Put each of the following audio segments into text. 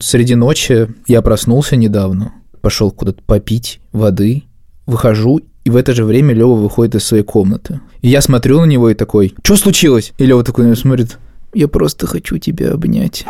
Среди ночи я проснулся недавно, пошел куда-то попить воды, выхожу, и в это же время Лёва выходит из своей комнаты. И я смотрю на него и такой: «Что случилось?» И Лёва такой на меня смотрит: «Я просто хочу тебя обнять».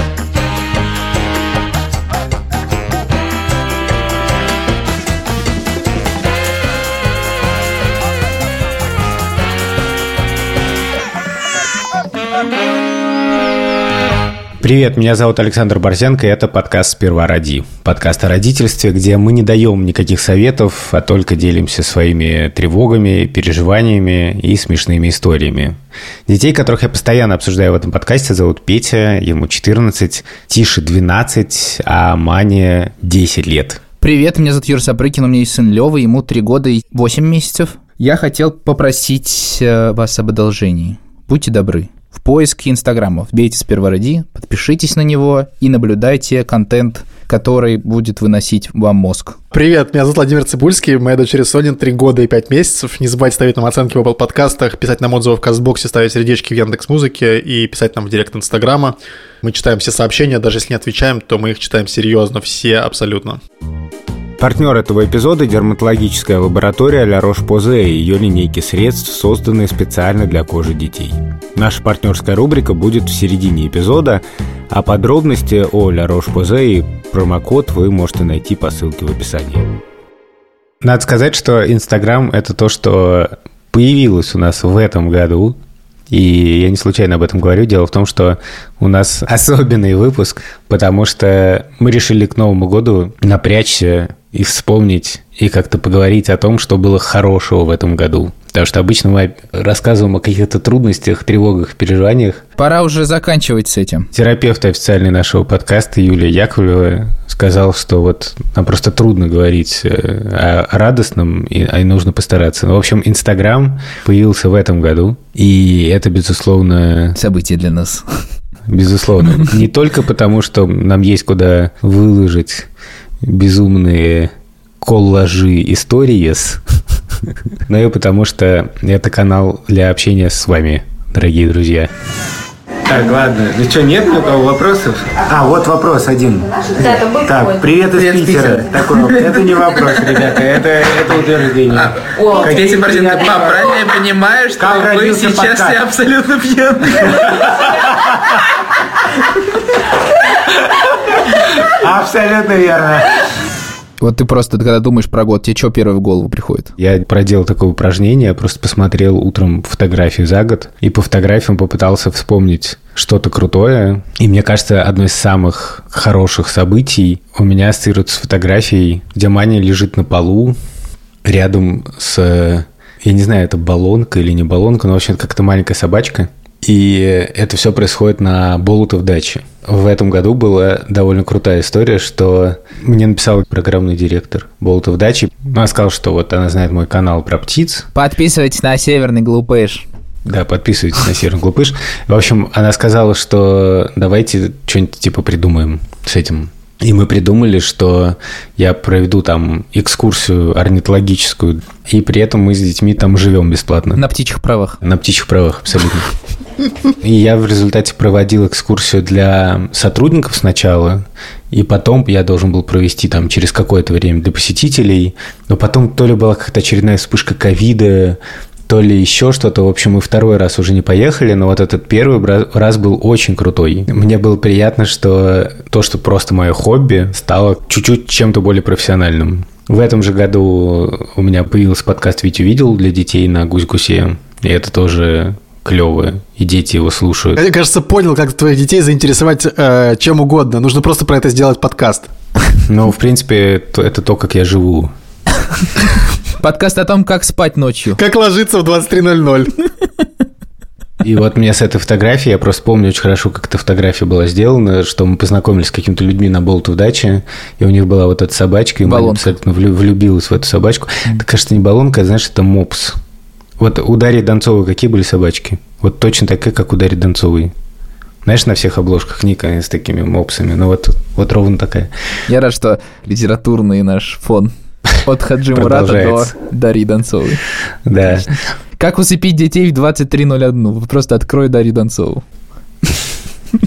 Привет, меня зовут Александр Борзенко, и это подкаст «Сперва роди». Подкаст о родительстве, где мы не даем никаких советов, а только делимся своими тревогами, переживаниями и смешными историями. Детей, которых я постоянно обсуждаю в этом подкасте, зовут Петя, ему 14, Тише 12, а Мане 10 лет. Привет, меня зовут Юра Сапрыкин, у меня есть сын Лёва, ему 3 года и 8 месяцев. Я хотел попросить вас об одолжении. Будьте добры. В поиске Инстаграма вбейте «Сперва роди», подпишитесь на него и наблюдайте контент, который будет выносить вам мозг. Привет, меня зовут Владимир Цибульский, моей дочери Соне 3 года и 5 месяцев. Не забывайте ставить нам оценки в Apple подкастах, писать нам отзывы в Кастбоксе, ставить сердечки в Яндекс.Музыке и писать нам в директ Инстаграма. Мы читаем все сообщения, даже если не отвечаем, то мы их читаем серьезно, все абсолютно. Партнер этого эпизода – дерматологическая лаборатория Ля Рош-Позэй и ее линейки средств, созданные специально для кожи детей. Наша партнерская рубрика будет в середине эпизода, а подробности о Ля Рош-Позэй и промокод вы можете найти по ссылке в описании. Надо сказать, что Инстаграм – это то, что появилось у нас в этом году. И я не случайно об этом говорю. Дело в том, что у нас особенный выпуск, потому что мы решили к Новому году напрячься и вспомнить, и как-то поговорить о том, что было хорошего в этом году. Потому что обычно мы рассказываем о каких-то трудностях, тревогах, переживаниях. Пора уже заканчивать с этим. Терапевт официальный нашего подкаста Юлия Яковлева сказал, что вот нам просто трудно говорить о радостном, и нужно постараться. В общем, Инстаграм появился в этом году, и это, безусловно... событие для нас. Безусловно. Не только потому, что нам есть куда выложить безумные коллажи истории, но и потому, что это канал для общения с вами, дорогие друзья. Так, ладно. Ну что, нет ни у кого вопросов? Вот вопрос один. Так, привет из Питера. Такой, это не вопрос, ребята, это утверждение. Петя Борзенко, пап, правильно я понимаю, что вы сейчас все абсолютно пьяные? Абсолютно верно. Вот ты просто, когда думаешь про год, тебе что первое в голову приходит? Я проделал такое упражнение, просто посмотрел утром фотографии за год, и по фотографиям попытался вспомнить что-то крутое. И мне кажется, одно из самых хороших событий у меня ассоциируется с фотографией, где Маня лежит на полу рядом с... Я не знаю, это баллонка или не баллонка, но, в общем, как-то маленькая собачка. И это все происходит на Болотов даче. В этом году была довольно крутая история, что мне написал программный директор Болотов дачи. Она сказала, что вот она знает мой канал про птиц. Подписывайтесь на Северный Глупыш. Да, подписывайтесь на Северный Глупыш. В общем, она сказала, что давайте что-нибудь типа придумаем с этим. И мы придумали, что я проведу там экскурсию орнитологическую, и при этом мы с детьми там живем бесплатно. На птичьих правах. На птичьих правах, абсолютно. И я в результате проводил экскурсию для сотрудников сначала, и потом я должен был провести там через какое-то время для посетителей. Но потом то ли была какая-то очередная вспышка ковида, то ли еще что-то. В общем, мы второй раз уже не поехали, но вот этот первый раз был очень крутой. Мне было приятно, что то, что просто мое хобби, стало чуть-чуть чем-то более профессиональным. В этом же году у меня появился подкаст «Витя видел» для детей на Гусь-Гусе, и это тоже клево, и дети его слушают. Я, кажется, понял, как твоих детей заинтересовать чем угодно. Нужно просто про это сделать подкаст. Ну, в принципе, это то, как я живу. Подкаст о том, как спать ночью. Как ложиться в 23:00. И вот мне с этой фотографией, я просто помню очень хорошо, как эта фотография была сделана, что мы познакомились с какими-то людьми на Болотов даче, и у них была вот эта собачка, и Маня абсолютно влюбилась в эту собачку. Это, кажется, не баллонка, а, знаешь, это мопс. Вот у Дарьи Донцовой какие были собачки? Вот точно такая, как у Дарьи Донцовой. Знаешь, на всех обложках Ника с такими мопсами. Ну, вот ровно такая. Я рад, что литературный наш фон от Хаджи Мурата до Дарьи Донцовой. Да. Как усыпить детей в 23:01? Просто открой Дарью Донцову.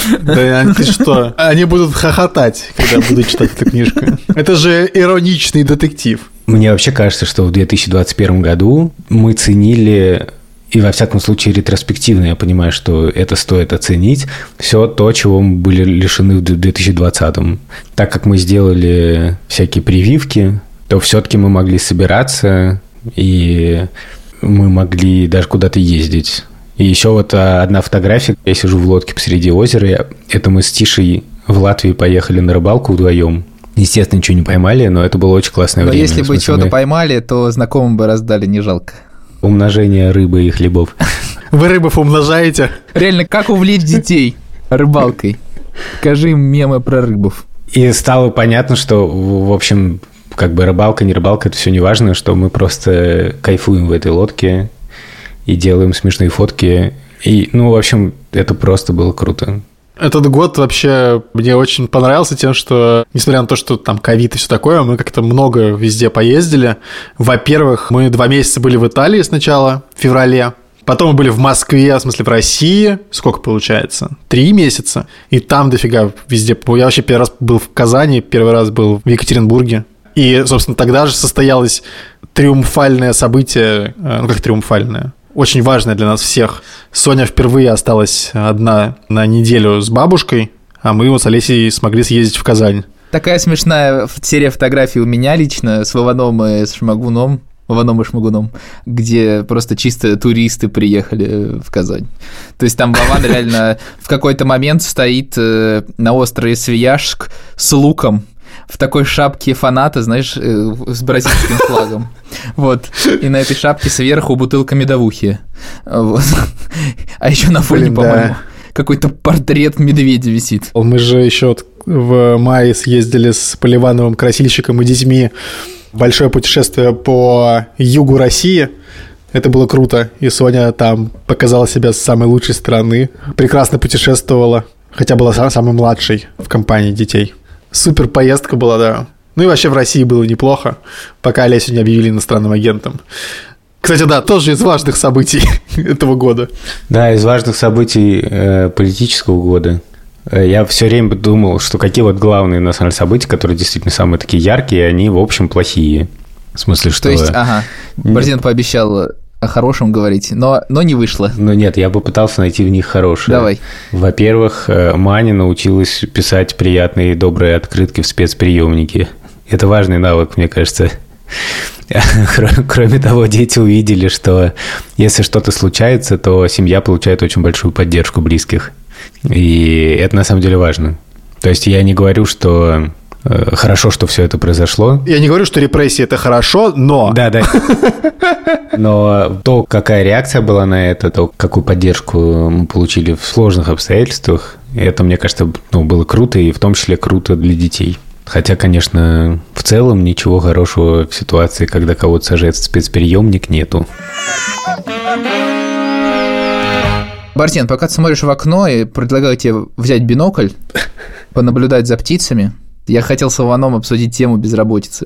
Да ты что? Они будут хохотать, когда будут читать эту книжку. Это же ироничный детектив. Мне вообще кажется, что в 2021 году мы ценили, и во всяком случае ретроспективно я понимаю, что это стоит оценить, все то, чего мы были лишены в 2020. Так как мы сделали всякие прививки, то все-таки мы могли собираться, и мы могли даже куда-то ездить. И еще вот одна фотография. Я сижу в лодке посреди озера. Это мы с Тишей в Латвии поехали на рыбалку вдвоем. Естественно, ничего не поймали, но это было очень классное время. Но если бы чего-то поймали, то знакомым бы раздали, не жалко. Умножение рыбы и хлебов. Вы рыбов умножаете? Реально, как увлечь детей рыбалкой? Покажи им мемы про рыбов. И стало понятно, что, в общем, как бы рыбалка, не рыбалка, это все не важно, что мы просто кайфуем в этой лодке и делаем смешные фотки. И, в общем, это просто было круто. Этот год вообще мне очень понравился тем, что, несмотря на то, что там ковид и все такое, мы как-то много везде поездили. Во-первых, мы 2 месяца были в Италии сначала, в феврале. Потом мы были в Москве, в смысле в России. Сколько получается? 3 месяца. И там дофига везде. Я вообще первый раз был в Казани, первый раз был в Екатеринбурге. И, собственно, тогда же состоялось триумфальное событие. Как триумфальное? Очень важное для нас всех. Соня впервые осталась одна на неделю с бабушкой, а мы вот с Олесей смогли съездить в Казань. Такая смешная серия фотографий у меня лично с Вованом и с Шмагуном. Вованом и Шмагуном, где просто чисто туристы приехали в Казань. То есть там Вован реально в какой-то момент стоит на острове Свияжск с луком, в такой шапке фаната, знаешь, с бразильским флагом. Вот. И на этой шапке сверху бутылка медовухи. Вот. А еще на фоне, по-моему, какой-то портрет медведя висит. Мы же еще в мае съездили с Поливановым, красильщиком и детьми в большое путешествие по югу России. Это было круто. И Соня там показала себя с самой лучшей стороны. Прекрасно путешествовала, хотя была самой младшей в компании детей. Супер поездка была, да. Ну и вообще в России было неплохо, пока Олесю не объявили иностранным агентом. Кстати, да, тоже из важных событий этого года. Да, из важных событий политического года. Я все время думал, что какие вот главные, на самом деле, события, которые действительно самые такие яркие, они, в общем, плохие. В смысле, что... То есть, Борзин пообещал о хорошем говорить, но не вышло. Ну нет, я попытался найти в них хорошее. Давай. Во-первых, Маня научилась писать приятные и добрые открытки в спецприемнике. Это важный навык, мне кажется. Кроме того, дети увидели, что если что-то случается, то семья получает очень большую поддержку близких. И это на самом деле важно. То есть я не говорю, что... Хорошо, что все это произошло. Я не говорю, что репрессии – это хорошо, но... Да. Но то, какая реакция была на это, то, какую поддержку мы получили в сложных обстоятельствах, это, мне кажется, было круто, и в том числе круто для детей. Хотя, конечно, в целом ничего хорошего в ситуации, когда кого-то сажают в спецприемник, нету. Бартин, пока ты смотришь в окно, и предлагаю тебе взять бинокль, понаблюдать за птицами. Я хотел с Вованом обсудить тему безработицы.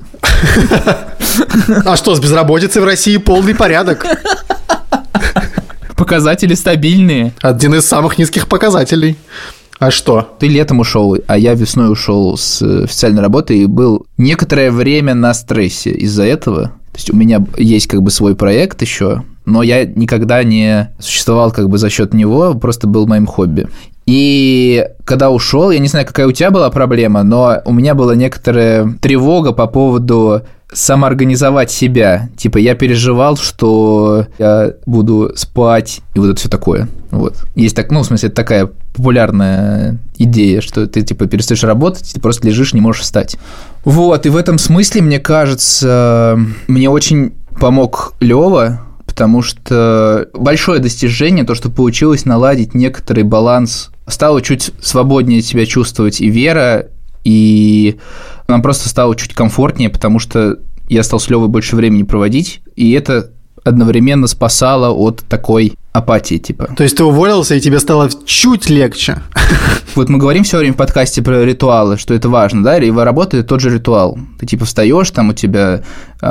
А что, с безработицей в России полный порядок? Показатели стабильные. Один из самых низких показателей. А что? Ты летом ушел, а я весной ушел с официальной работы и был некоторое время на стрессе из-за этого. То есть у меня есть как бы свой проект еще, но я никогда не существовал как бы за счет него, просто был моим хобби. И когда ушел, я не знаю, какая у тебя была проблема, но у меня была некоторая тревога по поводу самоорганизовать себя. Типа я переживал, что я буду спать и вот это все такое. Вот. Есть так, в смысле, это такая популярная идея, что ты типа перестаешь работать, ты просто лежишь, не можешь встать. Вот, и в этом смысле, мне кажется, мне очень помог Лёва, потому что большое достижение, то, что получилось наладить некоторый баланс, стало чуть свободнее себя чувствовать и Вера, и нам просто стало чуть комфортнее, потому что я стал с Лёвой больше времени проводить, и это одновременно спасало от такой апатии, типа. То есть ты уволился, и тебе стало чуть легче. Вот мы говорим все время в подкасте про ритуалы, что это важно, да, и работает тот же ритуал. Ты, типа, встаешь, там у тебя,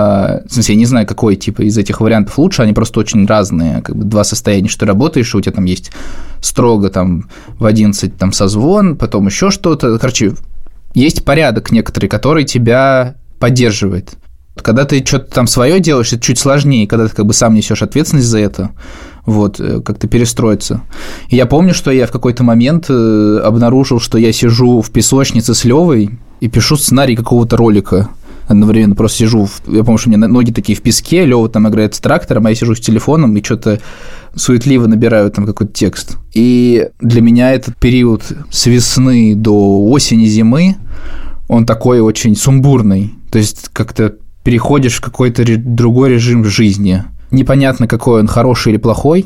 в смысле, я не знаю, какой, типа, из этих вариантов лучше, они просто очень разные, как бы два состояния, что ты работаешь, и у тебя там есть строго там в 11 там созвон, потом еще что-то, короче, есть порядок некоторый, который тебя поддерживает. Когда ты что-то там свое делаешь, это чуть сложнее, когда ты как бы сам несешь ответственность за это, вот, как-то перестроиться. И я помню, что я в какой-то момент обнаружил, что я сижу в песочнице с Левой и пишу сценарий какого-то ролика. Одновременно просто сижу, я помню, что у меня ноги такие в песке, Лёва там играет с трактором, а я сижу с телефоном и что-то суетливо набираю там какой-то текст. И для меня этот период с весны до осени-зимы, он такой очень сумбурный. То есть как-то переходишь в какой-то другой режим жизни. Непонятно, какой он, хороший или плохой.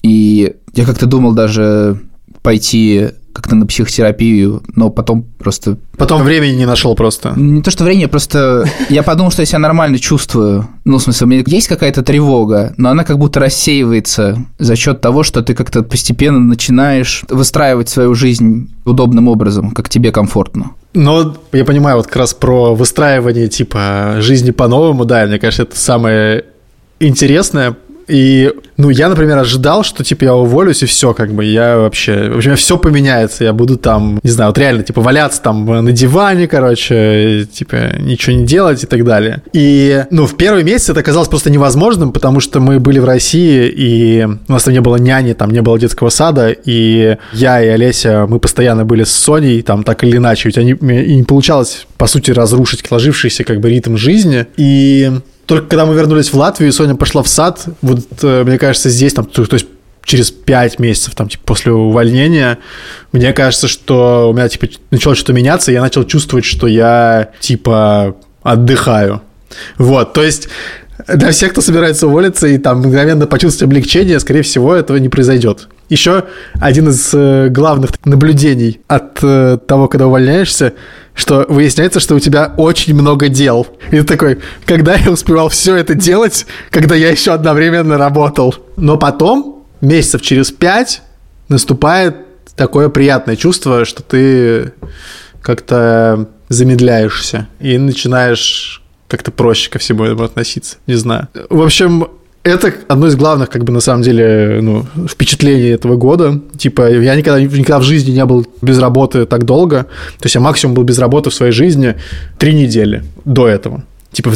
И я как-то думал даже пойти как-то на психотерапию, но потом просто... Потом времени не нашел просто. Не то, что времени, просто я подумал, что я себя нормально чувствую. Ну, в смысле, у меня есть какая-то тревога, но она как будто рассеивается за счет того, что ты как-то постепенно начинаешь выстраивать свою жизнь удобным образом, как тебе комфортно. Но я понимаю вот как раз про выстраивание типа жизни по-новому, да, мне кажется, это самое интересное. И, ну, я, например, ожидал, что, типа, я уволюсь, и все, как бы, в общем, все поменяется, я буду там, не знаю, вот реально, типа, валяться там на диване, короче, типа, ничего не делать и так далее. И, ну, в первый месяц это оказалось просто невозможным, потому что мы были в России, и у нас там не было няни, там не было детского сада, и я и Олеся, мы постоянно были с Соней, там, так или иначе, у тебя не получалось, по сути, разрушить сложившийся, как бы, ритм жизни, и... Только когда мы вернулись в Латвию, и Соня пошла в сад, вот, мне кажется, здесь, там, то есть через 5 месяцев, там, типа, после увольнения, мне кажется, что у меня, типа, начало что-то меняться, и я начал чувствовать, что я, типа, отдыхаю. Вот, то есть для всех, кто собирается уволиться и там мгновенно почувствовать облегчение, скорее всего, этого не произойдет. Еще один из главных наблюдений от того, когда увольняешься, что выясняется, что у тебя очень много дел. И ты такой, когда я успевал все это делать, когда я еще одновременно работал. Но потом, месяцев через 5, наступает такое приятное чувство, что ты как-то замедляешься и начинаешь как-то проще ко всему этому относиться. Не знаю. В общем... Это одно из главных, как бы, на самом деле, ну, впечатлений этого года. Типа, я никогда в жизни не был без работы так долго. То есть я максимум был без работы в своей жизни 3 недели до этого. Типа в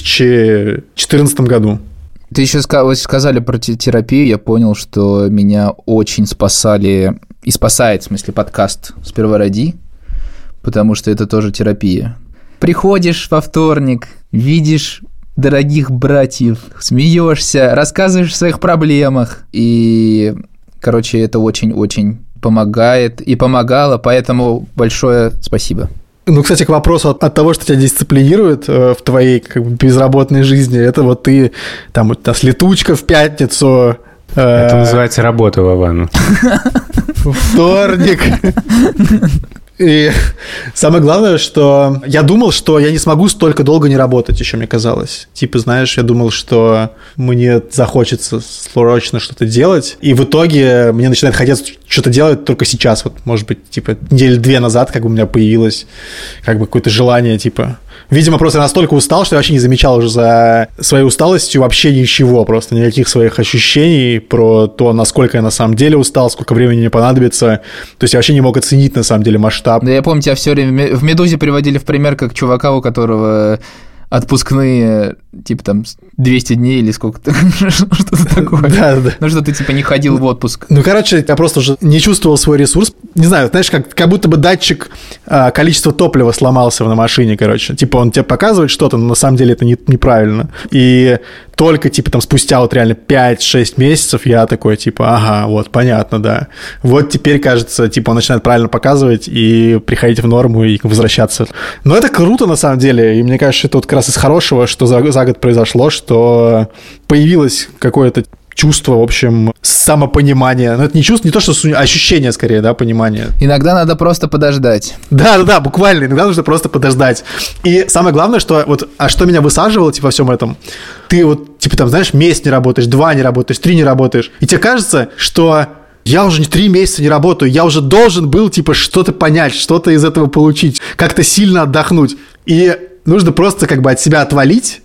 2014 году. Ты еще сказали про терапию, я понял, что меня очень спасали, и спасает, в смысле, подкаст «Сперва роди», потому что это тоже терапия. Приходишь во вторник, видишь... дорогих братьев, смеешься, рассказываешь о своих проблемах. И, короче, это очень-очень помогает и помогало, поэтому большое спасибо. Ну, кстати, к вопросу от того, что тебя дисциплинирует в твоей как бы безработной жизни, это вот ты там у нас летучка в пятницу. Это называется работа, Вовану. Вторник. И самое главное, что я думал, что я не смогу столько долго не работать, еще мне казалось. Типа, знаешь, я думал, что мне захочется срочно что-то делать, и в итоге мне начинает хотеться что-то делать только сейчас. Вот, может быть, типа, недели 2 назад как бы у меня появилось как бы какое-то желание, типа... Видимо, просто я настолько устал, что я вообще не замечал уже за своей усталостью вообще ничего, просто никаких своих ощущений про то, насколько я на самом деле устал, сколько времени мне понадобится. То есть я вообще не мог оценить на самом деле масштаб. Да, я помню, тебя все время в «Медузе» приводили в пример как чувака, у которого отпускные, типа, там, 200 дней или сколько-то, что-то такое. Да. Ну, что ты, типа, не ходил в отпуск. Ну, короче, я просто уже не чувствовал свой ресурс. Не знаю, знаешь, как будто бы датчик количества топлива сломался на машине, короче. Типа, он тебе показывает что-то, но на самом деле это неправильно. И только, типа, там, спустя вот реально 5-6 месяцев я такой, типа, ага, вот, понятно, да. Вот теперь, кажется, типа, он начинает правильно показывать и приходить в норму и возвращаться. Но это круто, на самом деле, и мне кажется, это вот как раз из хорошего, что за год произошло, что появилось какое-то чувство, в общем, самопонимание. Но это не чувство, не то, что ощущение, скорее, да, понимание. Иногда надо просто подождать. Да, буквально, иногда нужно просто подождать. И самое главное, что вот, а что меня высаживало, типа, во всем этом, ты вот, типа, там, знаешь, месяц не работаешь, 2 не работаешь, 3 не работаешь, и тебе кажется, что я уже не 3 месяца не работаю, я уже должен был, типа, что-то понять, что-то из этого получить, как-то сильно отдохнуть. И нужно просто как бы от себя отвалить,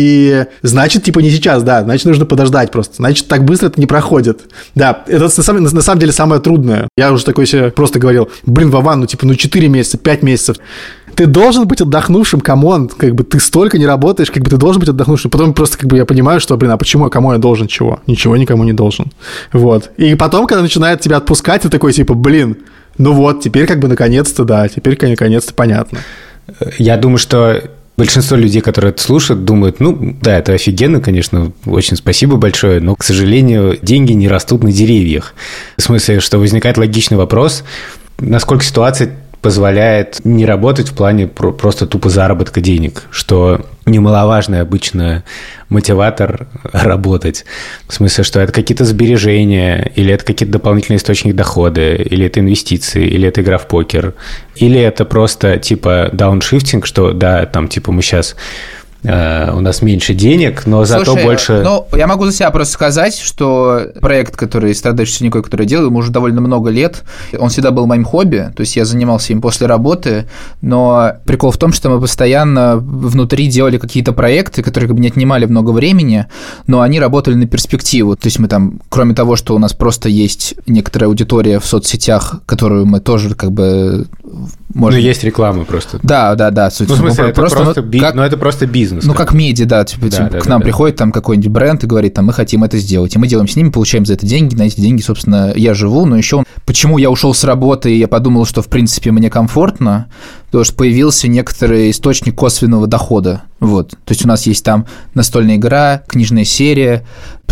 и значит, типа, не сейчас, да, значит, нужно подождать просто, значит, так быстро это не проходит. Да, это на самом деле самое трудное. Я уже такой себе просто говорил, Вован, 4 месяца, 5 месяцев. Ты должен быть отдохнувшим, камон, как бы ты столько не работаешь, как бы ты должен быть отдохнувшим. Потом просто как бы я понимаю, что, а почему, кому я должен чего? Ничего никому не должен. Вот. И потом, когда начинает тебя отпускать, ты такой, типа, теперь как бы наконец-то, да, теперь наконец-то понятно. Я думаю, что большинство людей, которые это слушают, думают, это офигенно, конечно, очень спасибо большое, но, к сожалению, деньги не растут на деревьях. В смысле, что возникает логичный вопрос, насколько ситуация позволяет не работать в плане просто тупо заработка денег, что немаловажный обычно мотиватор работать. В смысле, что это какие-то сбережения, или это какие-то дополнительные источники дохода, или это инвестиции, или это игра в покер, или это просто типа дауншифтинг, что да, там типа мы сейчас... у нас меньше денег, но зато больше... Я могу за себя просто сказать, что проект, который «Страдающий синякой», который я делаю, ему уже довольно много лет, он всегда был моим хобби, то есть я занимался им после работы, но прикол в том, что мы постоянно внутри делали какие-то проекты, которые как бы не отнимали много времени, но они работали на перспективу, то есть мы там, кроме того, что у нас просто есть некоторая аудитория в соцсетях, которую мы тоже как бы... есть реклама просто. Да. В смысле, это просто бизнес. Как медиа, да, к нам приходит там какой-нибудь бренд и говорит, мы хотим это сделать, и мы делаем с ними, получаем за это деньги, на эти деньги, собственно, я живу, но еще почему я ушел с работы, и я подумал, что, в принципе, мне комфортно, потому что появился некоторый источник косвенного дохода, то есть у нас есть там настольная игра, книжная серия,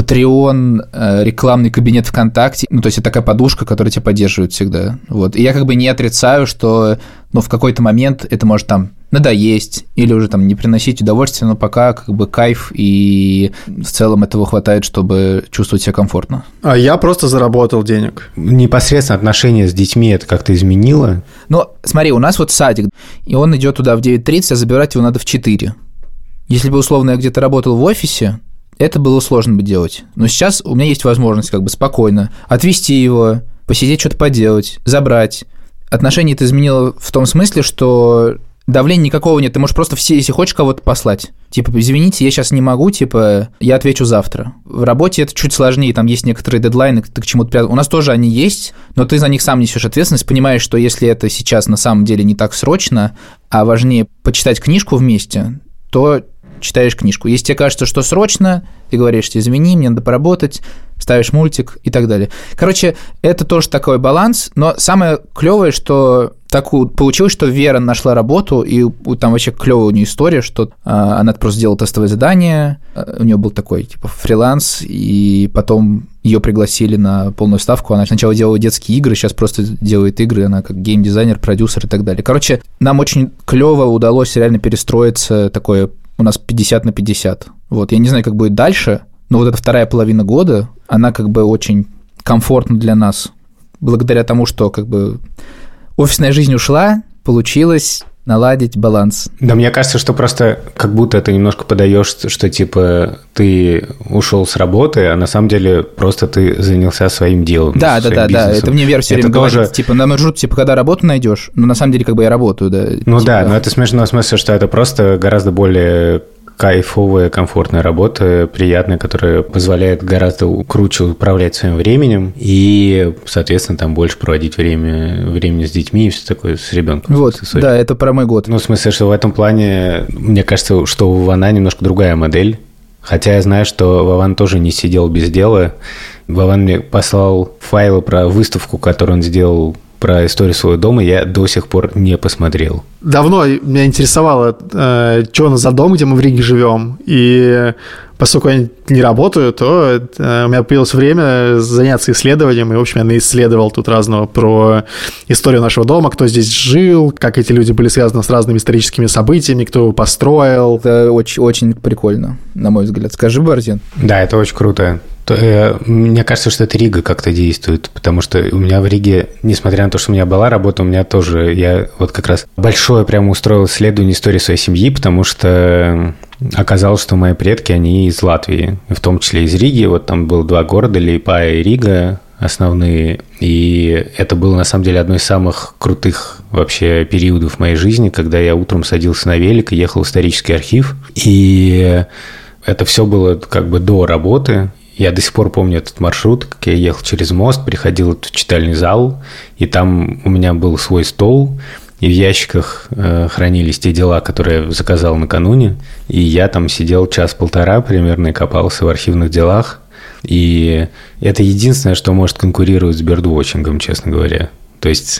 Patreon, рекламный кабинет ВКонтакте, то есть это такая подушка, которая тебя поддерживает всегда, и я как бы не отрицаю, что, в какой-то момент это может там надоесть или уже там не приносить удовольствие, но пока как бы кайф, и в целом этого хватает, чтобы чувствовать себя комфортно. А я просто заработал денег. Непосредственно отношения с детьми это как-то изменило? Смотри, у нас садик, и он идет туда в 9:30, а забирать его надо в 4. Если бы, условно, я где-то работал в офисе, это было сложно бы делать. Но сейчас у меня есть возможность как бы спокойно отвезти его, посидеть, что-то поделать, забрать. Отношения это изменило в том смысле, что давления никакого нет, ты можешь просто если хочешь кого-то послать. Извините, я сейчас не могу, я отвечу завтра. В работе это чуть сложнее, там есть некоторые дедлайны, ты к чему-то привязан. У нас тоже они есть, но ты за них сам несешь ответственность, понимаешь, что если это сейчас на самом деле не так срочно, а важнее почитать книжку вместе, то читаешь книжку. Если тебе кажется, что срочно, ты говоришь, извини, мне надо поработать, ставишь мультик и так далее. Короче, это тоже такой баланс, но самое клевое, что так получилось, что Вера нашла работу, и там вообще клевая у нее история, что она просто делала тестовое задание, у нее был такой фриланс, и потом ее пригласили на полную ставку. Она сначала делала детские игры, сейчас просто делает игры, она как геймдизайнер, продюсер и так далее. Короче, нам очень клево удалось реально перестроиться, такое у нас 50/50. Я не знаю, как будет дальше, но эта вторая половина года, она как бы очень комфортна для нас. Благодаря тому, что как бы офисная жизнь ушла, получилось наладить баланс. Да, мне кажется, что просто как будто ты немножко подаешь, что ты ушел с работы, а на самом деле просто ты занялся своим делом. Да. Это мне Вера все время говорит. На маршрут, когда работу найдешь, но на самом деле как бы я работаю, да. Но это смешно в смысле, что это просто гораздо более кайфовая, комфортная работа, приятная, которая позволяет гораздо круче управлять своим временем и, соответственно, там больше проводить времени с детьми и все такое, с ребенком. Да, это про мой год. В смысле, что в этом плане, мне кажется, что у Вована немножко другая модель, хотя я знаю, что Вован тоже не сидел без дела. Вован мне послал файлы про выставку, которую он сделал про историю своего дома, я до сих пор не посмотрел. Давно меня интересовало, что у нас за дом, где мы в Риге живем, и Поскольку я не работаю, то у меня появилось время заняться исследованием, и, в общем, я наисследовал тут разного про историю нашего дома, кто здесь жил, как эти люди были связаны с разными историческими событиями, кто его построил. Это очень, очень прикольно, на мой взгляд. Скажи, Борзин. Да, это очень круто. Мне кажется, что это Рига как-то действует, потому что у меня в Риге, несмотря на то, что у меня была работа, у меня тоже, я вот как раз большое прямо устроил исследование истории своей семьи, потому что оказалось, что мои предки, они из Латвии, в том числе из Риги. Вот там было 2 города, Лиепая и Рига основные, и это было на самом деле одно из самых крутых вообще периодов в моей жизни, когда я утром садился на велик и ехал в исторический архив, и это все было как бы до работы. Я до сих пор помню этот маршрут, как я ехал через мост, приходил в читальный зал, и там у меня был свой стол, и в ящиках хранились те дела, которые я заказал накануне, и я там сидел 1-1.5 примерно и копался в архивных делах, и это единственное, что может конкурировать с бёрдвотчингом, честно говоря. То есть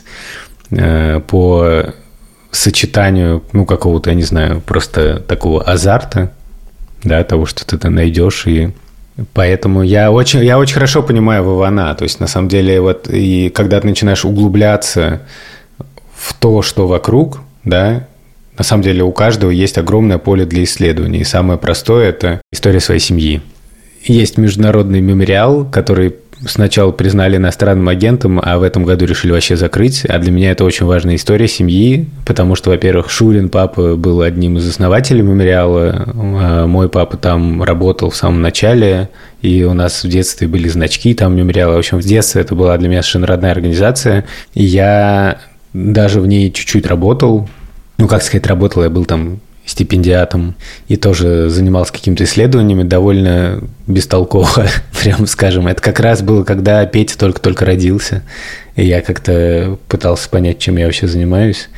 по сочетанию, какого-то, я не знаю, просто такого азарта, да, того, что ты там найдешь, и поэтому я очень хорошо понимаю Вована. То есть, на самом деле, вот и когда ты начинаешь углубляться в то, что вокруг, да, на самом деле у каждого есть огромное поле для исследований. И самое простое – это история своей семьи. Есть международный мемориал, который сначала признали иностранным агентом, а в этом году решили вообще закрыть. А для меня это очень важная история семьи, потому что, во-первых, Шурин папа был одним из основателей мемориала, мой папа там работал в самом начале, и у нас в детстве были значки там мемориала. В общем, в детстве это была для меня совершенно родная организация, и я даже в ней чуть-чуть работал. Работал, я был там стипендиатом и тоже занимался какими-то исследованиями довольно бестолково, прямо скажем. Это как раз было, когда Петя только-только родился, и я как-то пытался понять, чем я вообще занимаюсь.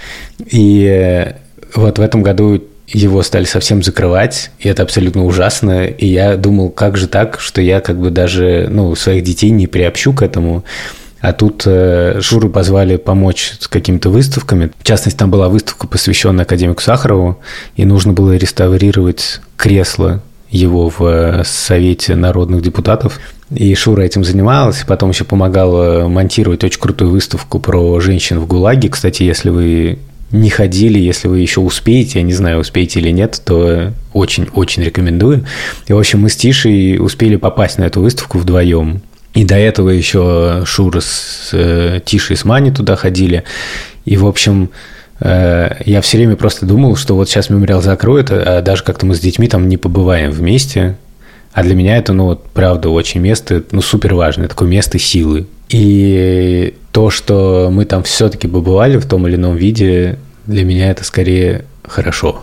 И вот в этом году его стали совсем закрывать, и это абсолютно ужасно. И я думал, как же так, что я как бы даже своих детей не приобщу к этому. А тут Шуру позвали помочь с какими-то выставками. В частности, там была выставка, посвященная академику Сахарову, и нужно было реставрировать кресло его в Совете народных депутатов. И Шура этим занималась, потом еще помогала монтировать очень крутую выставку про женщин в ГУЛАГе. Кстати, если вы не ходили, если вы еще успеете, я не знаю, успеете или нет, то очень-очень рекомендую. И, в общем, мы с Тишей успели попасть на эту выставку вдвоем. И до этого еще Шура с Тишей, с Маней туда ходили. И, в общем, я все время просто думал, что вот сейчас мемориал закроют, а даже как-то мы с детьми там не побываем вместе. А для меня это, правда, очень место, супер важное, такое место силы. И то, что мы там все-таки побывали в том или ином виде, для меня это скорее хорошо.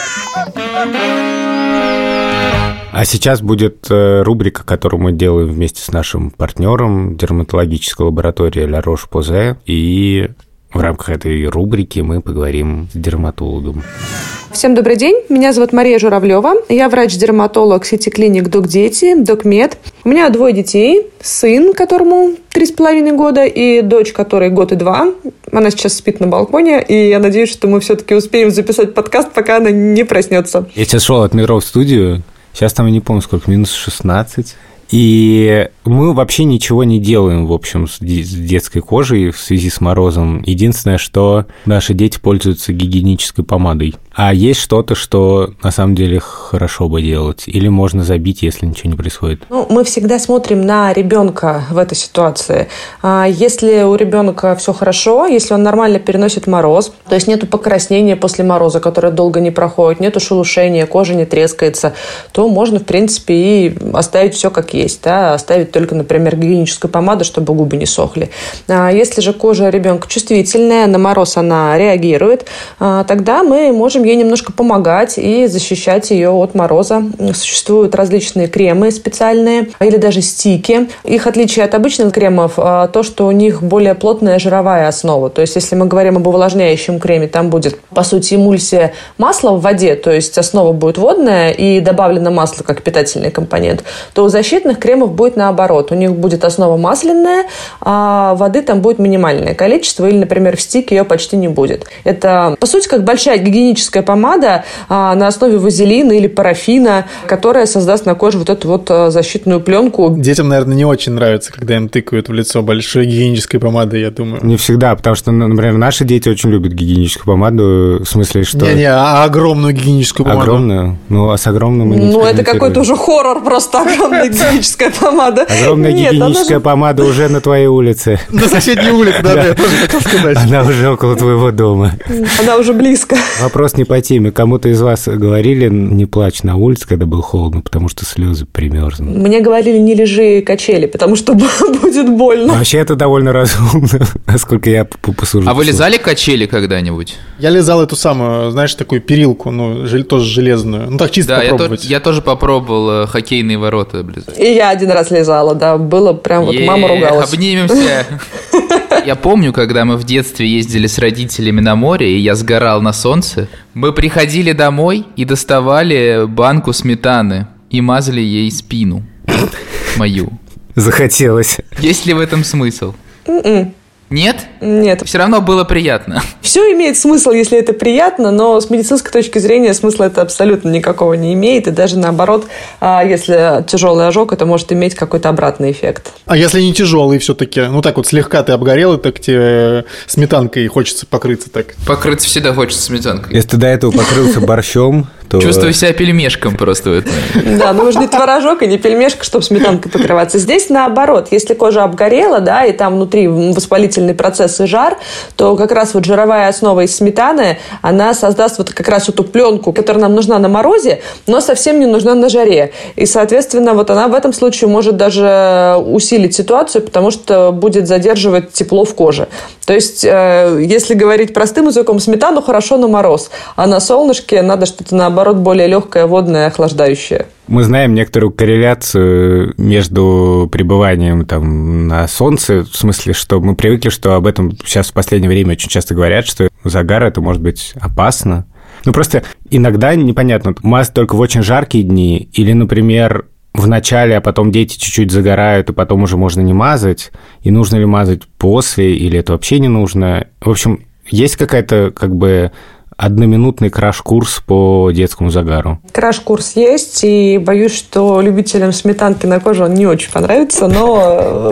А сейчас будет рубрика, которую мы делаем вместе с нашим партнером, дерматологической лабораторией La Roche-Posay. И в рамках этой рубрики мы поговорим с дерматологом. Всем добрый день, меня зовут Мария Журавлева, я врач-дерматолог сети клиник ДокДети, ДокМед. У меня 2 детей, сын, которому 3,5 года, и дочь, которой 1 год и 2. Она сейчас спит на балконе, и я надеюсь, что мы все-таки успеем записать подкаст, пока она не проснется. Я сейчас шел от метро в студию, сейчас там я не помню сколько, минус 16. И мы вообще ничего не делаем, в общем, с детской кожей в связи с морозом. Единственное, что наши дети пользуются гигиенической помадой. А есть что-то, что на самом деле хорошо бы делать? Или можно забить, если ничего не происходит? Мы всегда смотрим на ребенка в этой ситуации. Если у ребенка все хорошо, если он нормально переносит мороз, то есть нету покраснения после мороза, которое долго не проходит, нету шелушения, кожа не трескается, то можно, в принципе, и оставить все как есть. Да? Оставить только, например, гигиеническую помаду, чтобы губы не сохли. Если же кожа ребенка чувствительная, на мороз она реагирует, тогда мы можем ей немножко помогать и защищать ее от мороза. Существуют различные кремы специальные или даже стики. Их отличие от обычных кремов то, что у них более плотная жировая основа. То есть, если мы говорим об увлажняющем креме, там будет, по сути, эмульсия масла в воде, то есть основа будет водная и добавлено масло как питательный компонент, то у защитных солнцезащитных кремов будет наоборот. У них будет основа масляная, а воды там будет минимальное количество, или, например, в стике ее почти не будет. Это, по сути, как большая гигиеническая помада на основе вазелина или парафина, которая создаст на коже вот эту вот защитную пленку. Детям, наверное, не очень нравится, когда им тыкают в лицо большой гигиенической помадой, я думаю. Не всегда, потому что, например, наши дети очень любят гигиеническую помаду, в смысле, что... А огромную гигиеническую помаду? Огромную? Ну, а с огромной мы не это какой-то уже хоррор, просто огромная гигиеническая помада. Огромная гигиеническая помада уже на твоей улице. На соседней улице, да, я тоже хотел сказать. Она уже около твоего дома. Она уже близко. Вопрос не по теме. Кому-то из вас говорили, не плачь на улице, когда было холодно, потому что слезы примерзнут? Мне говорили, не лежи качели, потому что будет больно. Вообще это довольно разумно, насколько я посужу. А вы лизали качели когда-нибудь? Я лизал эту самую, знаешь, такую перилку, тоже железную. Ну так чисто попробовать. Я тоже попробовал хоккейные ворота облизать. И я один раз лизала, да. Было прям вот мама ругалась. Обнимемся. Я помню, когда мы в детстве ездили с родителями на море, и я сгорал на солнце, мы приходили домой и доставали банку сметаны и мазали ей спину мою. Захотелось. Есть ли в этом смысл? Нет? Нет. Все равно было приятно. Все имеет смысл, если это приятно, но с медицинской точки зрения смысла это абсолютно никакого не имеет. И даже наоборот, если тяжелый ожог, это может иметь какой-то обратный эффект. А если не тяжелый все-таки? Ну так вот слегка ты обгорел, и так тебе сметанкой хочется покрыться так. Покрыться всегда хочется сметанкой. Если ты до этого покрылся борщом, то... Чувствую себя пельмешком просто в этом. Да, но нужно не творожок и не пельмешка, чтобы сметанкой покрываться. Здесь наоборот, если кожа обгорела, да, и там внутри воспалительный процесс и жар, то как раз вот жировая основа из сметаны, она создаст вот как раз эту пленку, которая нам нужна на морозе, но совсем не нужна на жаре. И, соответственно, вот она в этом случае может даже усилить ситуацию, потому что будет задерживать тепло в коже. То есть, если говорить простым языком, сметану хорошо на мороз, а на солнышке надо что-то, наоборот, более легкое, водное, охлаждающее. Мы знаем некоторую корреляцию между пребыванием там на солнце, в смысле, что мы привыкли, что об этом сейчас в последнее время очень часто говорят, что загар это может быть опасно. Ну, просто иногда непонятно, мазать только в очень жаркие дни или, например, в начале, а потом дети чуть-чуть загорают, и потом уже можно не мазать, и нужно ли мазать после, или это вообще не нужно. В общем, есть какая-то как бы одноминутный краш-курс по детскому загару? Краш-курс есть, и боюсь, что любителям сметанки на коже он не очень понравится, но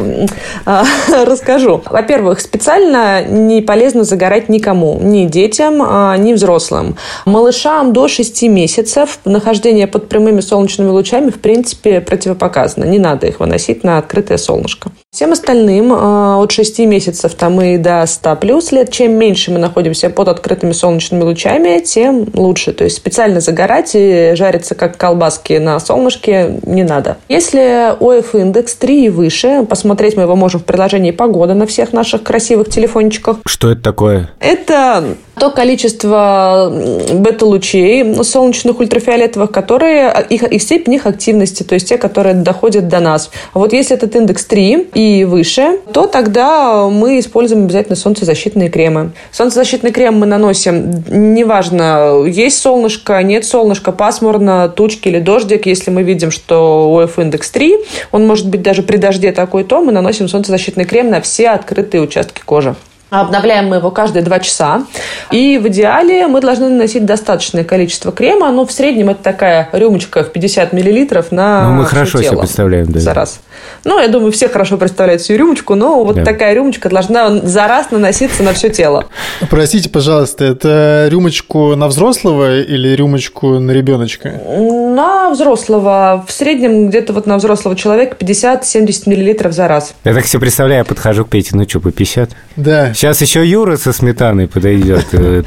расскажу. Во-первых, специально не полезно загорать никому, ни детям, ни взрослым. Малышам до 6 месяцев нахождение под прямыми солнечными лучами в принципе противопоказано. Не надо их выносить на открытое солнышко. Всем остальным от 6 месяцев там и до 100+ лет, чем меньше мы находимся под открытыми солнечными лучами, тем лучше. То есть специально загорать и жариться как колбаски на солнышке не надо. Если ОФ-индекс 3 и выше, посмотреть мы его можем в приложении «Погода» на всех наших красивых телефончиках. Что это такое? Это то количество бета-лучей солнечных ультрафиолетовых, которые, их степень их активности, то есть те, которые доходят до нас. А вот если этот индекс 3 и выше, то тогда мы используем обязательно солнцезащитные кремы. Солнцезащитный крем мы наносим, неважно, есть солнышко, нет солнышка, пасмурно, тучки или дождик. Если мы видим, что ОФ-индекс 3, он может быть даже при дожде такой, то мы наносим солнцезащитный крем на все открытые участки кожи. Обновляем мы его каждые 2 часа. И в идеале мы должны наносить достаточное количество крема. Но в среднем это такая рюмочка в 50 мл на мы хорошо тело себе представляем, да. за раз. Ну, я думаю, все хорошо представляют всю рюмочку, но вот такая рюмочка должна за раз наноситься на все тело. Простите, пожалуйста, это рюмочку на взрослого или рюмочку на ребеночка? На взрослого. В среднем где-то вот на взрослого человека 50-70 мл за раз. Я так себе представляю, я подхожу к Пете, ну что, по 50? Да. Сейчас еще Юра со сметаной подойдет.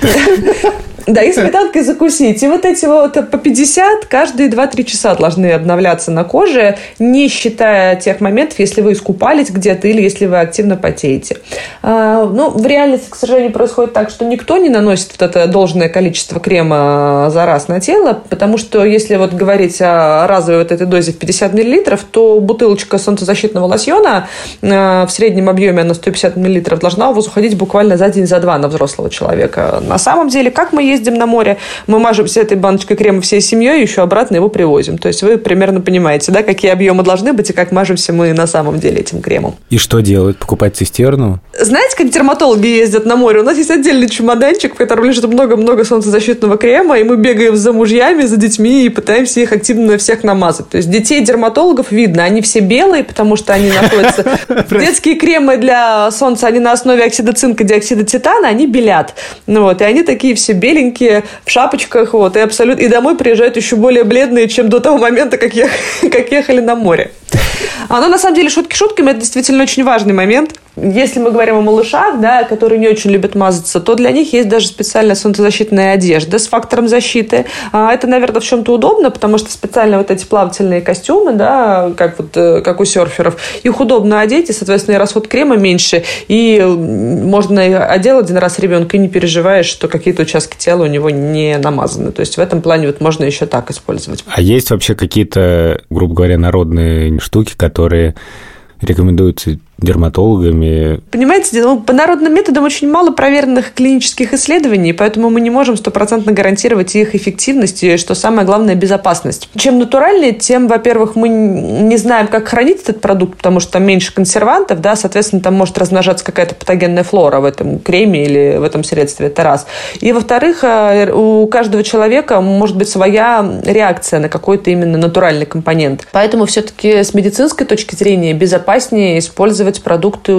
Да, и сметанкой закусить. И вот эти вот по 50 каждые 2-3 часа должны обновляться на коже, не считая тех моментов, если вы искупались где-то или если вы активно потеете. Ну, в реальности, к сожалению, происходит так, что никто не наносит вот это должное количество крема за раз на тело, потому что если вот говорить о разовой вот этой дозе в 50 мл, то бутылочка солнцезащитного лосьона в среднем объеме на 150 мл должна у вас уходить буквально за день, за два на взрослого человека. На самом деле, как мы ездим ездим на море, мы мажемся этой баночкой крема всей семьей, еще обратно его привозим. То есть вы примерно понимаете, да, какие объемы должны быть и как мажемся мы на самом деле этим кремом. И что делать? Покупать цистерну? Знаете, как дерматологи ездят на море? У нас есть отдельный чемоданчик, в котором лежит много-много солнцезащитного крема, и мы бегаем за мужьями, за детьми и пытаемся их активно всех намазать. То есть детей дерматологов видно, они все белые, потому что они находятся... Детские кремы для солнца, они на основе оксида цинка, диоксида титана, они белят. Вот, и они такие все беленькие, в шапочках, вот, и абсолютно... И домой приезжают еще более бледные, чем до того момента, как ехали на море. Но на самом деле, шутки шутками, это действительно очень важный момент. Если мы говорим о малышах, да, которые не очень любят мазаться, то для них есть даже специальная солнцезащитная одежда с фактором защиты. Это, наверное, в чем-то удобно, потому что специально вот эти плавательные костюмы, да, как у серферов, их удобно одеть, и, соответственно, и расход крема меньше, и можно одел один раз ребенка и не переживаешь, что какие-то участки тела у него не намазаны. То есть в этом плане вот можно еще так использовать. А есть вообще какие-то, грубо говоря, народные штуки, которые рекомендуются дерматологами? Понимаете, по народным методам очень мало проверенных клинических исследований, поэтому мы не можем стопроцентно гарантировать их эффективность и, что самое главное, безопасность. Чем натуральнее, тем, во-первых, мы не знаем, как хранить этот продукт, потому что там меньше консервантов, да, соответственно, там может размножаться какая-то патогенная флора в этом креме или в этом средстве, это раз. И, во-вторых, у каждого человека может быть своя реакция на какой-то именно натуральный компонент. Поэтому все-таки с медицинской точки зрения безопаснее использовать продукты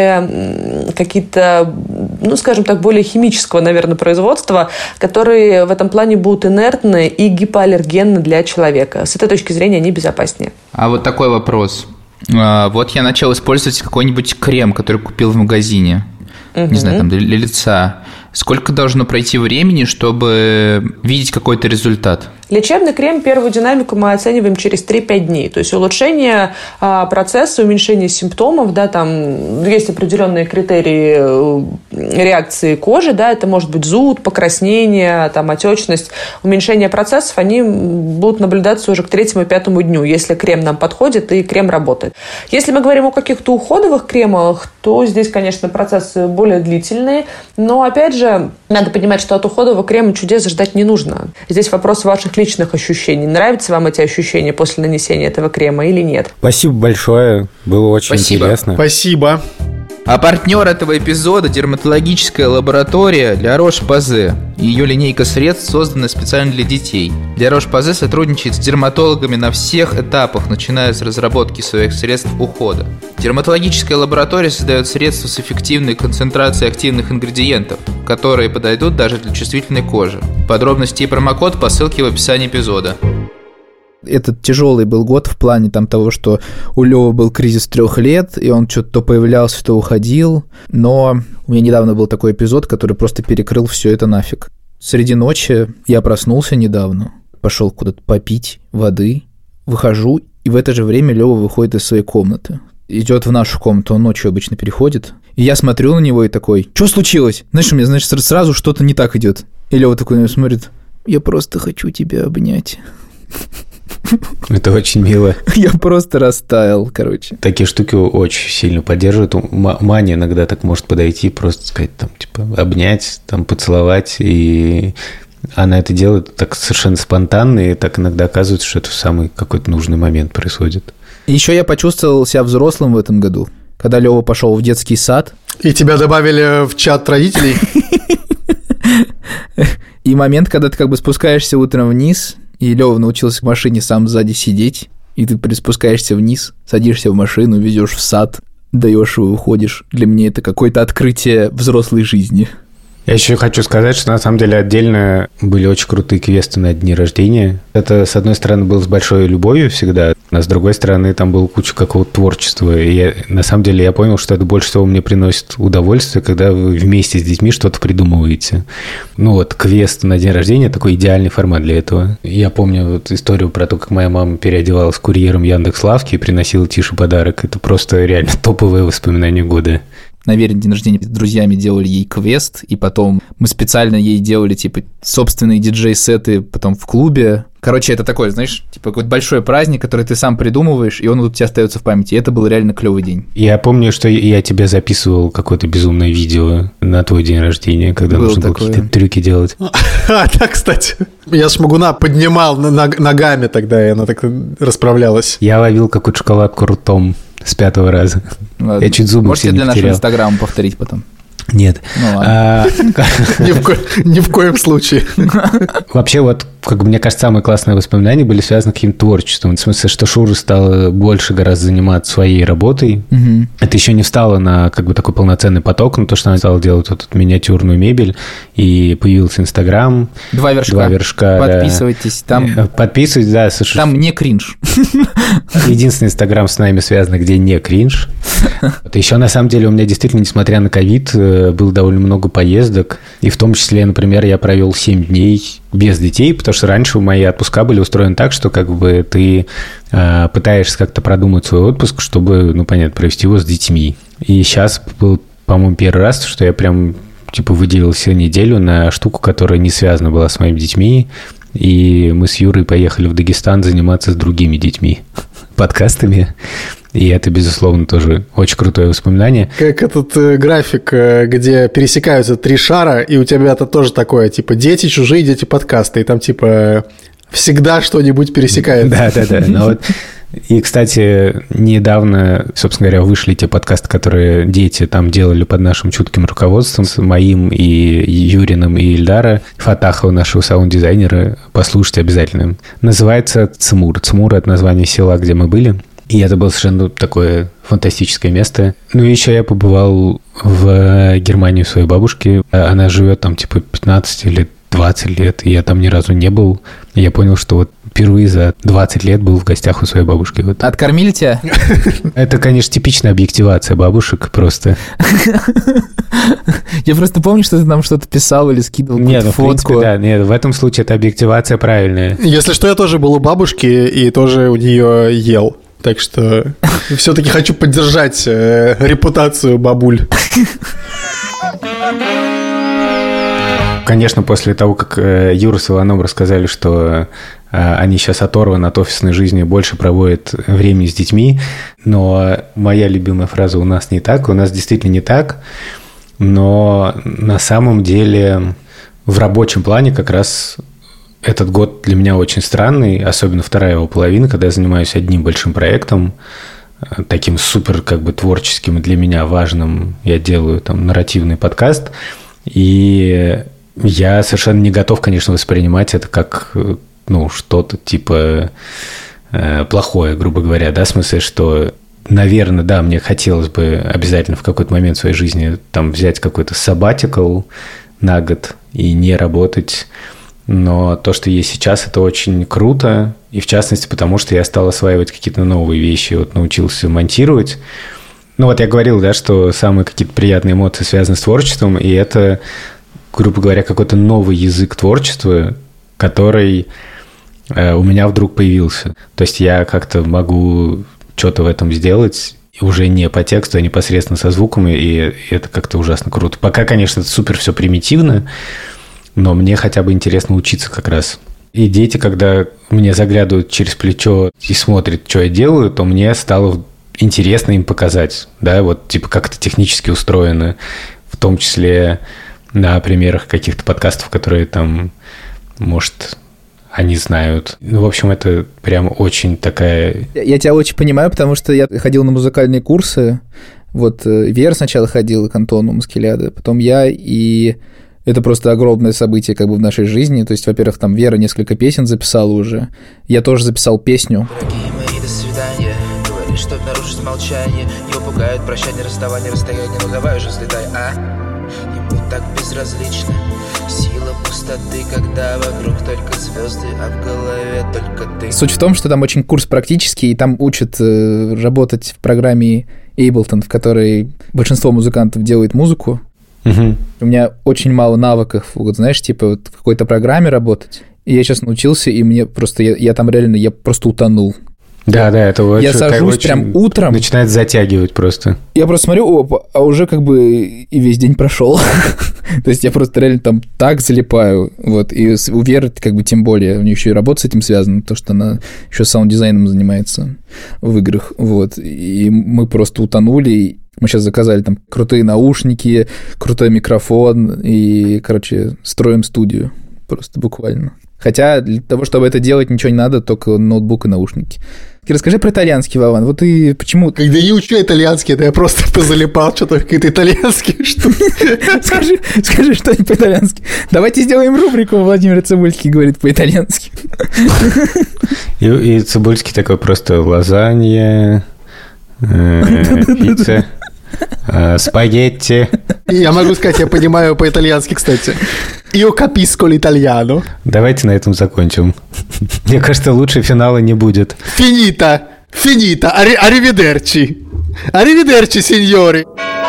уже какие-то, ну, скажем так, более химического, наверное, производства, которые в этом плане будут инертны и гипоаллергенны для человека. С этой точки зрения они безопаснее. А вот такой вопрос. Вот я начал использовать какой-нибудь крем, который купил в магазине. Не знаю, там, для лица. Сколько должно пройти времени, чтобы видеть какой-то результат? Лечебный крем, первую динамику мы оцениваем через 3-5 дней. То есть улучшение процесса, уменьшение симптомов, да, там есть определенные критерии реакции кожи, да, это может быть зуд, покраснение, там, отечность. Уменьшение процессов, они будут наблюдаться уже к 3-5 дню, если крем нам подходит и крем работает. Если мы говорим о каких-то уходовых кремах, то здесь, конечно, процессы более длительные, но, опять же, надо понимать, что от уходового крема чудес ждать не нужно. Здесь вопрос ваших личных ощущений. Нравятся вам эти ощущения после нанесения этого крема или нет? Спасибо большое. Было очень интересно. Спасибо. А партнер этого эпизода – дерматологическая лаборатория Ля Рош-Позе. Ее линейка средств создана специально для детей. Ля Рош-Позе сотрудничает с дерматологами на всех этапах, начиная с разработки своих средств ухода. Дерматологическая лаборатория создает средства с эффективной концентрацией активных ингредиентов, которые подойдут даже для чувствительной кожи. Подробности и промокод по ссылке в описании эпизода. Этот тяжелый был год в плане там того, что у Лёвы был кризис 3 лет, и он что-то то появлялся, то уходил. Но у меня недавно был такой эпизод, который просто перекрыл все это нафиг. Среди ночи я проснулся недавно, пошел куда-то попить воды, выхожу, и в это же время Лёва выходит из своей комнаты. Идет в нашу комнату, он ночью обычно переходит. И я смотрю на него и такой: «Что случилось?» Знаешь, у меня, значит, сразу что-то не так идет. И Лёва такой на меня смотрит: «Я просто хочу тебя обнять». Это очень мило. Я просто растаял, короче. Такие штуки очень сильно поддерживают. Маня иногда так может подойти, просто сказать, там, типа, обнять, там, поцеловать, и она это делает так совершенно спонтанно, и так иногда оказывается, что это в самый какой-то нужный момент происходит. Еще я почувствовал себя взрослым в этом году, когда Лёва пошел в детский сад. И тебя добавили в чат родителей? И момент, когда ты как бы спускаешься утром вниз, и Лёва научился в машине сам сзади сидеть, и ты спускаешься вниз, садишься в машину, везешь в сад, даешь его, уходишь. Для меня это какое-то открытие взрослой жизни. Я еще хочу сказать, что на самом деле отдельно были очень крутые квесты на дни рождения. Это, с одной стороны, было с большой любовью всегда, а с другой стороны, там была куча какого-то творчества. И на самом деле я понял, что это больше всего мне приносит удовольствие, когда вы вместе с детьми что-то придумываете. Ну вот, квест на день рождения – такой идеальный формат для этого. Я помню вот историю про то, как моя мама переодевалась курьером Яндекс.Лавки и приносила Тише подарок. Это просто реально топовое воспоминание года. на Верин день рождения с друзьями делали ей квест, и потом мы специально ей делали, типа, собственные диджей-сеты потом в клубе. Короче, это такой, знаешь, типа какой-то большой праздник, который ты сам придумываешь, и он вот у тебя остается в памяти. И это был реально клевый день. Я помню, что я тебе записывал какое-то безумное видео на твой день рождения, когда нужно было какие-то трюки делать. Да, кстати. Я шмагуна поднимал ногами тогда, и она так расправлялась. Я ловил какую-то шоколадку ртом с 5-го раза. Ладно. Я чуть зубы все не потерял. Можете для нашего инстаграма повторить потом? Нет. Ну, ладно. Ни в коем случае. Вообще, вот, как мне кажется, самые классные воспоминания были связаны с каким-то творчеством. В смысле, что Шура стала больше гораздо заниматься своей работой. Угу. Это еще не встало на как бы такой полноценный поток, но то, что она стала делать вот эту миниатюрную мебель, и появился Инстаграм. 2 вершка. Подписывайтесь. Там... Подписывайтесь, да. Слушай, там не кринж. Единственный Инстаграм с нами связан, где не кринж. Еще, на самом деле, у меня действительно, несмотря на ковид, было довольно много поездок. И в том числе, например, я провел 7 дней без детей, потому что раньше мои отпуска были устроены так, что как бы ты пытаешься как-то продумать свой отпуск, чтобы, ну, понятно, провести его с детьми. И сейчас был, по-моему, первый раз, что я прям типа выделил себе неделю на штуку, которая не связана была с моими детьми. И мы с Юрой поехали в Дагестан заниматься с другими детьми подкастами. И это, безусловно, тоже очень крутое воспоминание. Как этот график, где пересекаются 3 шара, и у тебя это тоже такое, типа, дети, чужие, дети, подкасты. И там, типа, всегда что-нибудь пересекается. Да. Ну, вот. И, кстати, недавно, собственно говоря, вышли те подкасты, которые дети там делали под нашим чутким руководством, с моим и Юриным, и Ильдара Фатахова, нашего саунд-дизайнера. Послушайте обязательно. Называется «Цмур». «Цмур» — это название села, где мы были. И это было совершенно такое фантастическое место. Ну и еще я побывал в Германии у своей бабушки. Она живет там типа 15 или 20 лет, и я там ни разу не был. И я понял, что вот впервые за 20 лет был в гостях у своей бабушки. Вот. Откормили тебя? Это, конечно, типичная объективация бабушек просто. Я просто помню, что ты нам что-то писал или скидывал какую-то фотку. В принципе, да. Нет, в этом случае это объективация правильная. Если что, я тоже был у бабушки и тоже у нее ел. Так что все-таки хочу поддержать репутацию бабуль. Конечно, после того, как Юра с Иваном рассказали, что они сейчас оторваны от офисной жизни, больше проводят времени с детьми, но моя любимая фраза «у нас не так», у нас действительно не так, но на самом деле в рабочем плане как раз этот год для меня очень странный, особенно вторая его половина, когда я занимаюсь одним большим проектом, таким супер как бы творческим и для меня важным. Я делаю там нарративный подкаст, и я совершенно не готов, конечно, воспринимать это как, ну, что-то типа плохое, грубо говоря, да, в смысле, что, наверное, да, мне хотелось бы обязательно в какой-то момент в своей жизни там взять какой-то sabbatical на год и не работать. Но то, что есть сейчас, это очень круто. И в частности, потому что я стал осваивать какие-то новые вещи. Вот научился монтировать. Ну вот я говорил, да, что самые какие-то приятные эмоции связаны с творчеством. И это, грубо говоря, какой-то новый язык творчества, который у меня вдруг появился. То есть я как-то могу что-то в этом сделать уже не по тексту, а непосредственно со звуками. И это как-то ужасно круто. Пока, конечно, это супер все примитивно. Но мне хотя бы интересно учиться как раз. И дети, когда мне заглядывают через плечо и смотрят, что я делаю, то мне стало интересно им показать, да, вот типа как это технически устроено, в том числе на примерах каких-то подкастов, которые там, может, они знают. Ну, в общем, это прям очень такая... Я тебя очень понимаю, потому что я ходил на музыкальные курсы. Вот Вера сначала ходила к Антону Маскеляде, потом я, и... Это просто огромное событие как бы в нашей жизни. То есть, во-первых, там Вера несколько песен записала уже. Я тоже записал песню. Дорогие мои, до свидания. Говоришь, что нарушить молчание. Его пугают прощание, расставание, расстояние. Ну давай уже взлетай, а? Ему так безразлично. Сила пустоты, когда вокруг только звезды, а в голове только ты. Суть в том, что там очень курс практический, и там учат работать в программе Ableton, в которой большинство музыкантов делает музыку. Угу. У меня очень мало навыков, вот знаешь, типа вот в какой-то программе работать. И я сейчас научился, и мне просто, я там реально, я просто утонул. Да, это Я сажусь прям утром. Начинает затягивать просто. Я просто смотрю, а уже как бы и весь день прошел. То есть я просто реально там так залипаю. Вот. И у Веры как бы тем более. У нее еще и работа с этим связана, потому что она еще саунд-дизайном занимается в играх. Вот. И мы просто утонули. Мы сейчас заказали там крутые наушники, крутой микрофон и, короче, строим студию. Просто буквально. Хотя для того, чтобы это делать, ничего не надо, только ноутбук и наушники. Расскажи про итальянский, Вован. Вот ты почему... Когда я не учу итальянский, это я просто позалипал, что-то какие-то итальянские штуки. Скажи что-нибудь по-итальянски. Давайте сделаем рубрику «Владимир Цибульский говорит по-итальянски». И Цибульский такой просто лазанья, пицца, спагетти. Я могу сказать, я понимаю по-итальянски, кстати. Io capisco l'italiano. Давайте на этом закончим. Мне кажется, лучше финала не будет. Finita. Arrivederci. Arrivederci, signori.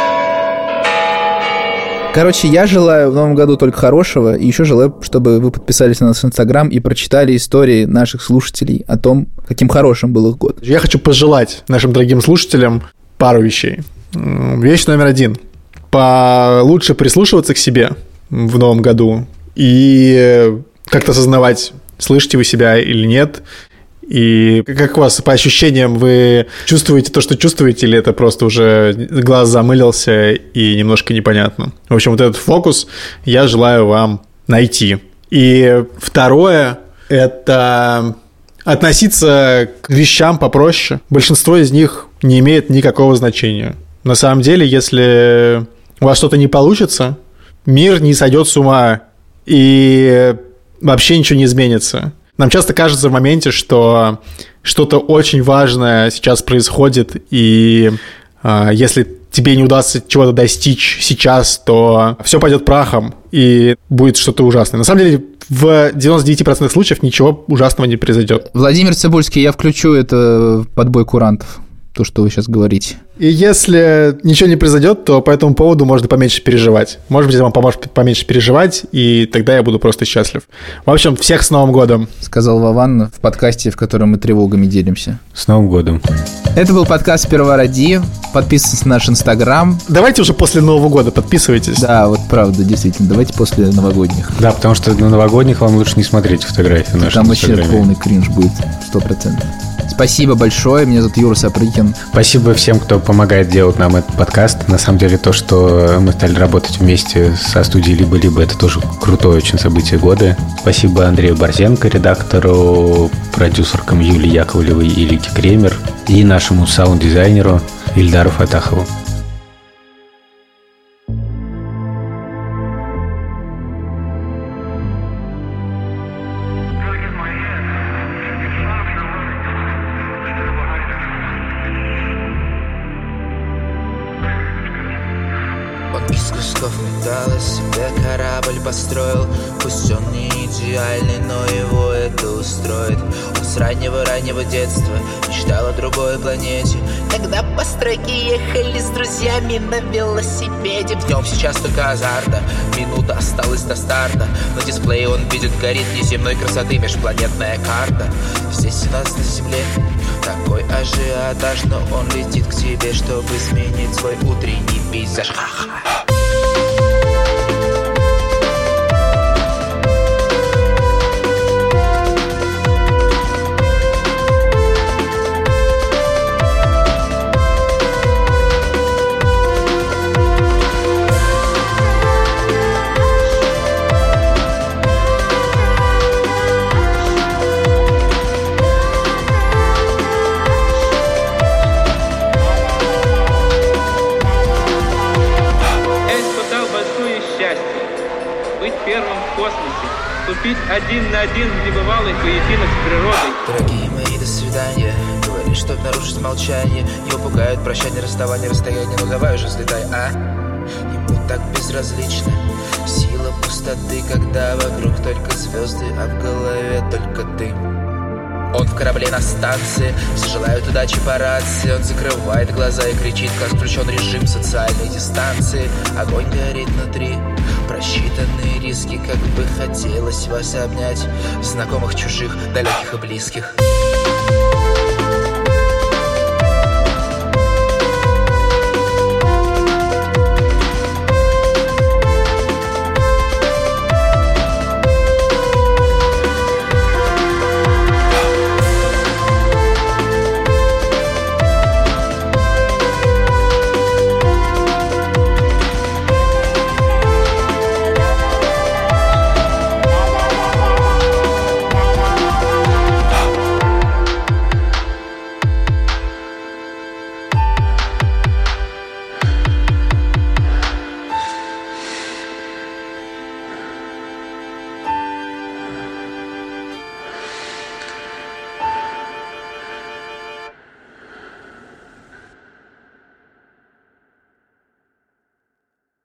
Короче, я желаю в новом году только хорошего, и еще желаю, чтобы вы подписались на наш Инстаграм и прочитали истории наших слушателей о том, каким хорошим был их год. Я хочу пожелать нашим дорогим слушателям пару вещей. Вещь номер 1. Получше прислушиваться к себе в новом году и как-то осознавать, слышите вы себя или нет, и как у вас по ощущениям, вы чувствуете то, что чувствуете, или это просто уже глаз замылился и немножко непонятно. В общем, вот этот фокус я желаю вам найти. И второе – это относиться к вещам попроще. Большинство из них не имеет никакого значения. На самом деле, если у вас что-то не получится, мир не сойдет с ума, и вообще ничего не изменится. Нам часто кажется в моменте, что что-то очень важное сейчас происходит, и если тебе не удастся чего-то достичь сейчас, то все пойдет прахом, и будет что-то ужасное. На самом деле, в 99% случаев ничего ужасного не произойдет. Владимир Цибульский, я включу это подбой курантов, то, что вы сейчас говорите. И если ничего не произойдет, то по этому поводу можно поменьше переживать. Может быть, это вам поможет поменьше переживать, и тогда я буду просто счастлив. В общем, всех с Новым годом! Сказал Вован в подкасте, в котором мы тревогами делимся. С Новым годом! Это был подкаст «Сперва ради». Подписывайтесь на наш Инстаграм. Давайте уже после Нового года подписывайтесь. Да, вот правда, действительно. Давайте после новогодних. Да, потому что на новогодних вам лучше не смотреть фотографии наши. Там вообще полный кринж будет, 100%. Спасибо большое, меня зовут Юра Сапрыкин. Спасибо всем, кто помогает делать нам этот подкаст. На самом деле, то, что мы стали работать вместе со студией «Либо-либо», это тоже крутое очень событие года. Спасибо Андрею Борзенко, редактору, продюсеркам Юлии Яковлевой и Лике Кремер, и нашему саунд-дизайнеру Ильдару Фатахову. Из кусков металла себе корабль построил. Пусть он не идеальный, но его это устроит. Он с раннего детства мечтал о другой планете, когда по стройке ехали с друзьями на велосипеде. В нем сейчас только азарта, минута осталась до старта. На дисплее он видит, горит неземной красоты межпланетная карта. Здесь у нас на Земле такой ажиотаж, но он летит к тебе, чтобы изменить свой утренний пейзаж. Вступить один на один в небывалый поединок с природой. Дорогие мои, до свидания. Говори, чтоб нарушить молчание. Его пугают прощание, расставание, расстояние. Ну давай уже взлетай, а? Ему так безразлично сила пустоты, когда вокруг только звезды, а в голове только ты. Он в корабле на станции, все желают удачи по рации. Он закрывает глаза и кричит, как включен режим социальной дистанции. Огонь горит внутри, просчитанные риски, как бы хотелось вас обнять, знакомых, чужих, далеких и близких.